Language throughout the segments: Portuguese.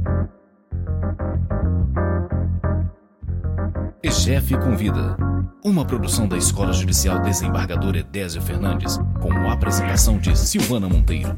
EGEF Convida, uma produção da Escola Judicial Desembargador Edésio Fernandes, com a apresentação de Silvana Monteiro.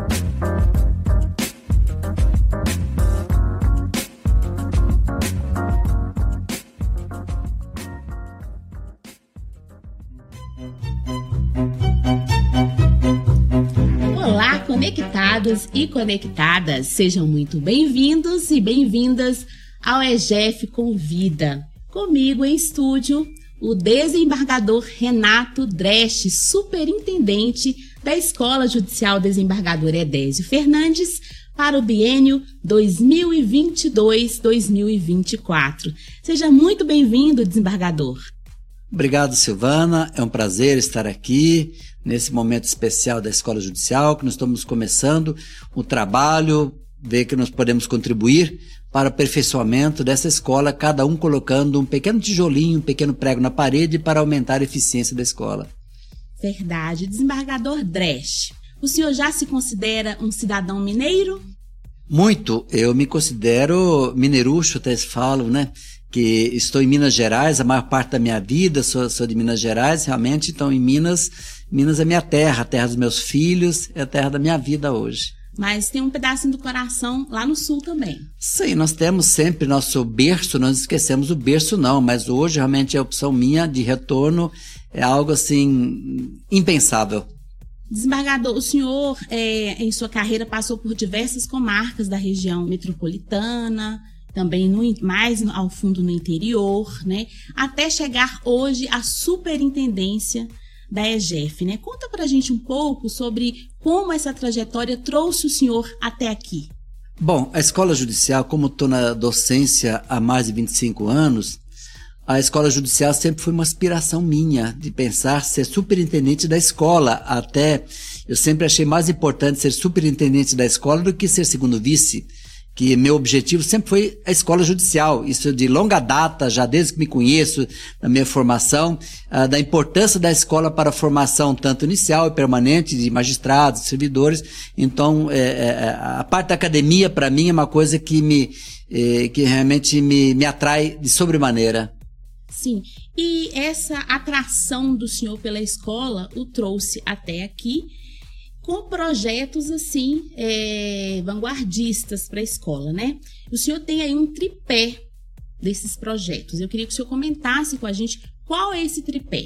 Olá, conectados e conectadas, sejam muito bem-vindos e bem-vindas ao EGEF Convida. Comigo em estúdio, o desembargador Renato Dresch, superintendente da Escola Judicial Desembargador Edésio Fernandes, para o biênio 2022-2024. Seja muito bem-vindo, desembargador. Obrigado, Silvana. É um prazer estar aqui nesse momento especial da Escola Judicial, que nós estamos começando o trabalho, ver que nós podemos contribuir para o aperfeiçoamento dessa escola, cada um colocando um pequeno tijolinho, um pequeno prego na parede para aumentar a eficiência da escola. Verdade. Desembargador Dresch, o senhor já se considera um cidadão mineiro? Muito. Eu me considero mineirucho, até falo, né? Que estou em Minas Gerais, a maior parte da minha vida, sou de Minas Gerais, realmente, então em Minas é minha terra, a terra dos meus filhos, é a terra da minha vida hoje. Mas tem um pedacinho do coração lá no sul também. Sim, nós temos sempre nosso berço, não esquecemos o berço não, mas hoje realmente a opção minha de retorno é algo assim, impensável. Desembargador, o senhor em sua carreira passou por diversas comarcas da região metropolitana, também mais ao fundo no interior, né? Até chegar hoje à superintendência da EGEF, né? Conta pra gente um pouco sobre como essa trajetória trouxe o senhor até aqui. Bom, a Escola Judicial, como estou na docência há mais de 25 anos, a Escola Judicial sempre foi uma aspiração minha, de pensar ser superintendente da escola. Até eu sempre achei mais importante ser superintendente da escola do que ser segundo vice, que meu objetivo sempre foi a Escola Judicial, isso de longa data, já desde que me conheço, na minha formação, da importância da escola para a formação tanto inicial e permanente de magistrados, servidores. Então, a parte da academia, para mim, é uma coisa que realmente me atrai de sobremaneira. Sim, e essa atração do senhor pela escola o trouxe até aqui, com projetos assim, vanguardistas para a escola, né? O senhor tem aí um tripé desses projetos. Eu queria que o senhor comentasse com a gente qual é esse tripé.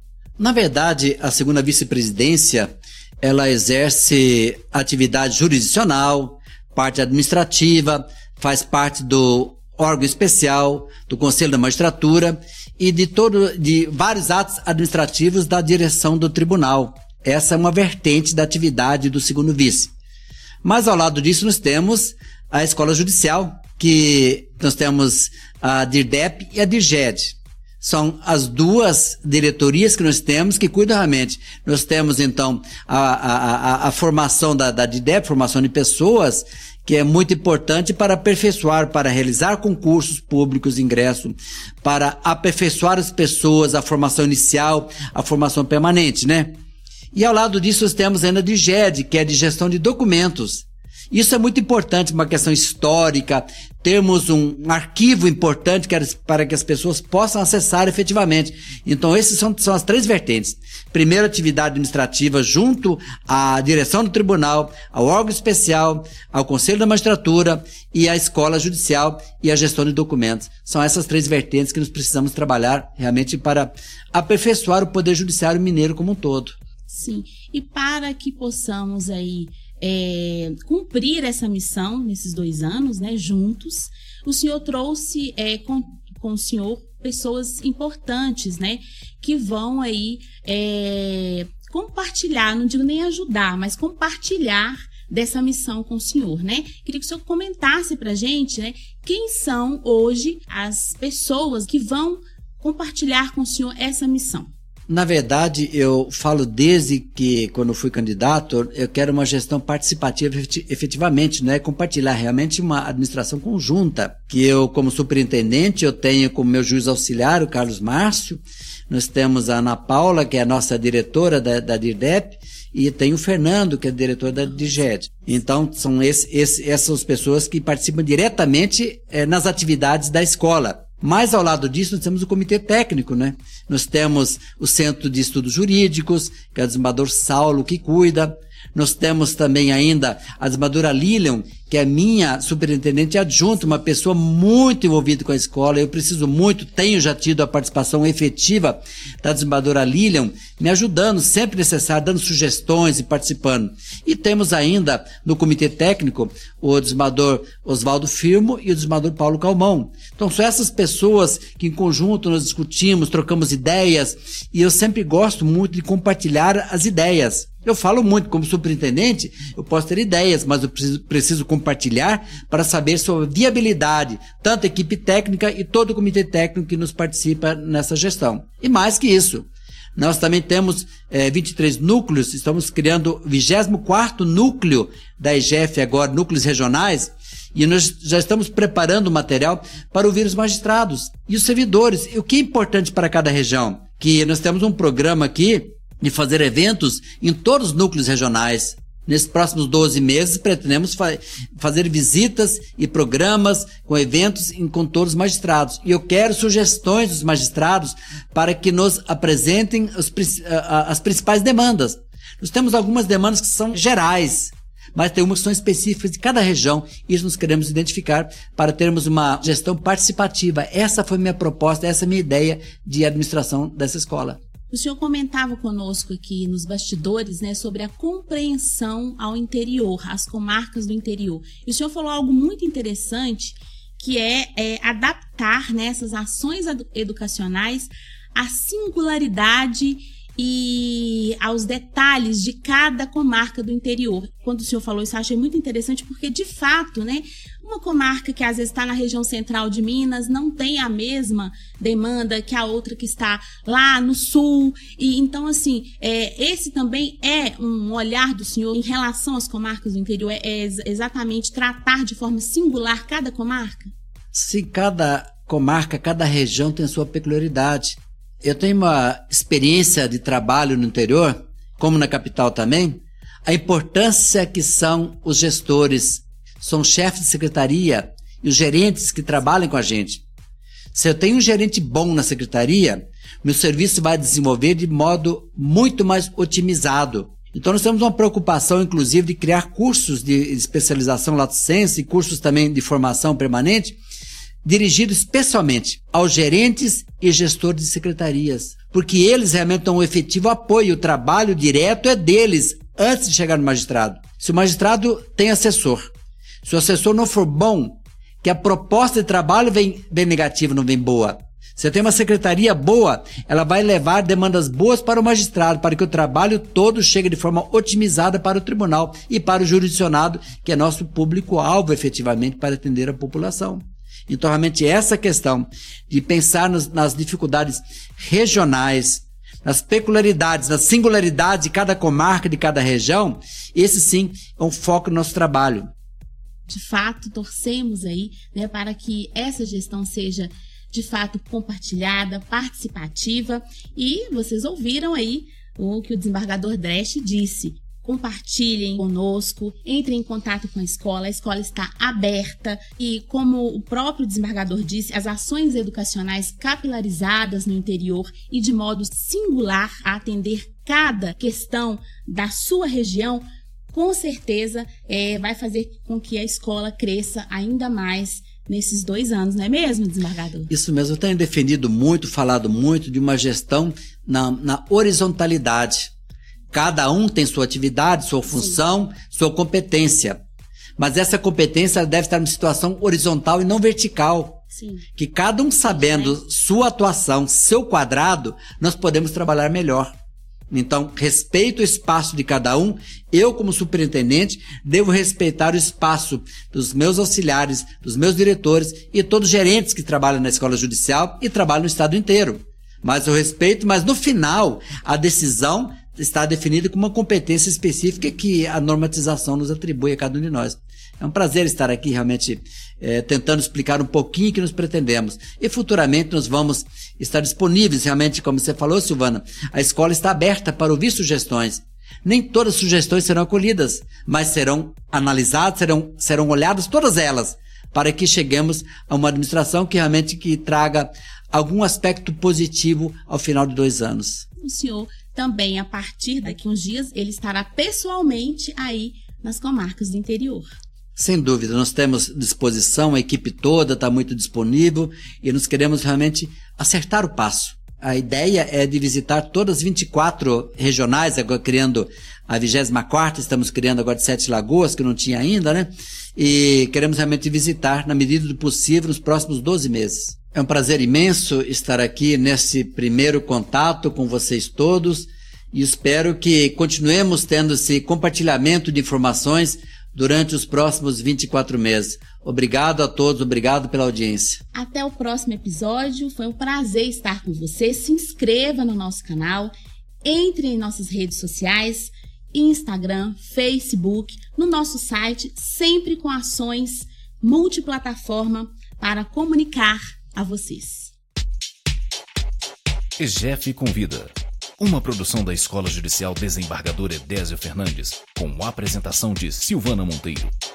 Na verdade, a segunda vice-presidência, ela exerce atividade jurisdicional, parte administrativa, faz parte do órgão especial, do Conselho da Magistratura e de vários atos administrativos da direção do tribunal. Essa é uma vertente da atividade do segundo vice. Mas ao lado disso nós temos a Escola Judicial, que nós temos a DIRDEP e a DIRGED. São as duas diretorias que nós temos que cuidam realmente. Nós temos então a formação da DIRDEP, formação de pessoas, que é muito importante para aperfeiçoar, para realizar concursos públicos de ingresso, para aperfeiçoar as pessoas, a formação inicial, a formação permanente, né? E ao lado disso nós temos ainda a DIRGED, que é de gestão de documentos. Isso é muito importante, uma questão histórica, termos um arquivo importante para que as pessoas possam acessar efetivamente. Então essas são as três vertentes. Primeiro, atividade administrativa junto à direção do tribunal, ao órgão especial, ao Conselho da Magistratura e à Escola Judicial e a gestão de documentos. São essas três vertentes que nós precisamos trabalhar realmente para aperfeiçoar o Poder Judiciário mineiro como um todo. Sim, e para que possamos aí cumprir essa missão nesses 2 anos, né, juntos, o senhor trouxe com o senhor pessoas importantes, né, que vão aí compartilhar, não digo nem ajudar, mas compartilhar dessa missão com o senhor, né? Queria que o senhor comentasse pra gente, né, quem são hoje as pessoas que vão compartilhar com o senhor essa missão. Na verdade, eu falo desde que, quando fui candidato, eu quero uma gestão participativa efetivamente, não é compartilhar, realmente uma administração conjunta, que eu, como superintendente, eu tenho como meu juiz auxiliar, o Carlos Márcio, nós temos a Ana Paula, que é a nossa diretora da DIRDEP, e tem o Fernando, que é diretor da DIGED. Então, são essas são as pessoas que participam diretamente nas atividades da escola. Mas, ao lado disso, nós temos o comitê técnico, né? Nós temos o Centro de Estudos Jurídicos, que é o desembargador Saulo que cuida. Nós temos também ainda a desembargadora Lilian, que é minha superintendente adjunta, uma pessoa muito envolvida com a escola. Eu preciso muito, tenho já tido a participação efetiva da desembargadora Lilian, me ajudando, sempre necessário, dando sugestões e participando. E temos ainda no comitê técnico o desembargador Oswaldo Firmo e o desembargador Paulo Calmon. Então são essas pessoas que em conjunto nós discutimos, trocamos ideias, e eu sempre gosto muito de compartilhar as ideias. Eu falo muito, como superintendente, eu posso ter ideias, mas eu preciso compartilhar para saber sobre a viabilidade, tanto a equipe técnica e todo o comitê técnico que nos participa nessa gestão. E mais que isso, nós também temos 23 núcleos, estamos criando o 24º núcleo da EGEF agora, núcleos regionais, e nós já estamos preparando o material para ouvir os magistrados e os servidores. E o que é importante para cada região? Que nós temos um programa aqui de fazer eventos em todos os núcleos regionais. Nesses próximos 12 meses, pretendemos fazer visitas e programas com eventos com todos os magistrados. E eu quero sugestões dos magistrados para que nos apresentem as principais demandas. Nós temos algumas demandas que são gerais, mas tem umas que são específicas de cada região. Isso nós queremos identificar para termos uma gestão participativa. Essa foi minha proposta, essa é a minha ideia de administração dessa escola. O senhor comentava conosco aqui nos bastidores, né, sobre a compreensão ao interior, as comarcas do interior. E o senhor falou algo muito interessante, que é adaptar, né, essas ações educacionais à singularidade e aos detalhes de cada comarca do interior. Quando o senhor falou isso, eu achei muito interessante, porque, de fato, né, uma comarca que às vezes está na região central de Minas não tem a mesma demanda que a outra que está lá no sul. E então, assim, esse também é um olhar do senhor em relação às comarcas do interior, é exatamente tratar de forma singular cada comarca? Sim, cada comarca, cada região tem a sua peculiaridade. Eu tenho uma experiência de trabalho no interior, como na capital também, a importância que são os gestores, são chefes de secretaria e os gerentes que trabalham com a gente. Se eu tenho um gerente bom na secretaria, meu serviço vai desenvolver de modo muito mais otimizado. Então nós temos uma preocupação, inclusive, de criar cursos de especialização lato sensu e cursos também de formação permanente, dirigidos especialmente aos gerentes e gestores de secretarias, porque eles realmente dão um efetivo apoio, o trabalho direto é deles antes de chegar no magistrado. Se o magistrado tem assessor, se o assessor não for bom, que a proposta de trabalho vem negativa, não vem boa. Se tem uma secretaria boa, ela vai levar demandas boas para o magistrado, para que o trabalho todo chegue de forma otimizada para o tribunal e para o jurisdicionado, que é nosso público-alvo efetivamente para atender a população. Então, realmente, essa questão de pensar nas dificuldades regionais, nas peculiaridades, nas singularidades de cada comarca, de cada região, esse sim é um foco do nosso trabalho. De fato, torcemos aí, né, para que essa gestão seja, de fato, compartilhada, participativa. E vocês ouviram aí o que o desembargador Dresch disse. Compartilhem conosco, entrem em contato com a escola está aberta e, como o próprio desembargador disse, as ações educacionais capilarizadas no interior e de modo singular a atender cada questão da sua região, com certeza vai fazer com que a escola cresça ainda mais nesses 2 anos, não é mesmo, desembargador? Isso mesmo, eu tenho defendido muito, falado muito de uma gestão na horizontalidade. Cada um tem sua atividade, sua função, sim, sua competência. Mas essa competência deve estar em situação horizontal e não vertical. Sim. Que cada um sabendo sua atuação, seu quadrado, nós podemos trabalhar melhor. Então, respeito o espaço de cada um. Eu, como superintendente, devo respeitar o espaço dos meus auxiliares, dos meus diretores e todos os gerentes que trabalham na escola judicial e trabalham no estado inteiro. Mas eu respeito, mas no final, a decisão está definida com uma competência específica que a normatização nos atribui a cada um de nós. É um prazer estar aqui realmente tentando explicar um pouquinho o que nós pretendemos. E futuramente nós vamos estar disponíveis realmente, como você falou, Silvana, a escola está aberta para ouvir sugestões. Nem todas as sugestões serão acolhidas, mas serão analisadas, serão olhadas todas elas, para que cheguemos a uma administração que realmente traga algum aspecto positivo ao final de 2 anos. O senhor também, a partir daqui uns dias, ele estará pessoalmente aí nas comarcas do interior. Sem dúvida, nós temos disposição, a equipe toda está muito disponível e nós queremos realmente acertar o passo. A ideia é de visitar todas as 24 regionais, agora criando a 24ª, estamos criando agora de 7 Lagoas, que não tinha ainda, né? E queremos realmente visitar, na medida do possível, nos próximos 12 meses. É um prazer imenso estar aqui nesse primeiro contato com vocês todos e espero que continuemos tendo esse compartilhamento de informações durante os próximos 24 meses. Obrigado a todos, obrigado pela audiência. Até o próximo episódio, foi um prazer estar com você. Se inscreva no nosso canal, entre em nossas redes sociais, Instagram, Facebook, no nosso site, sempre com ações multiplataforma para comunicar a vocês. EGEF Convida. Uma produção da Escola Judicial Desembargador Edésio Fernandes, com a apresentação de Silvana Monteiro.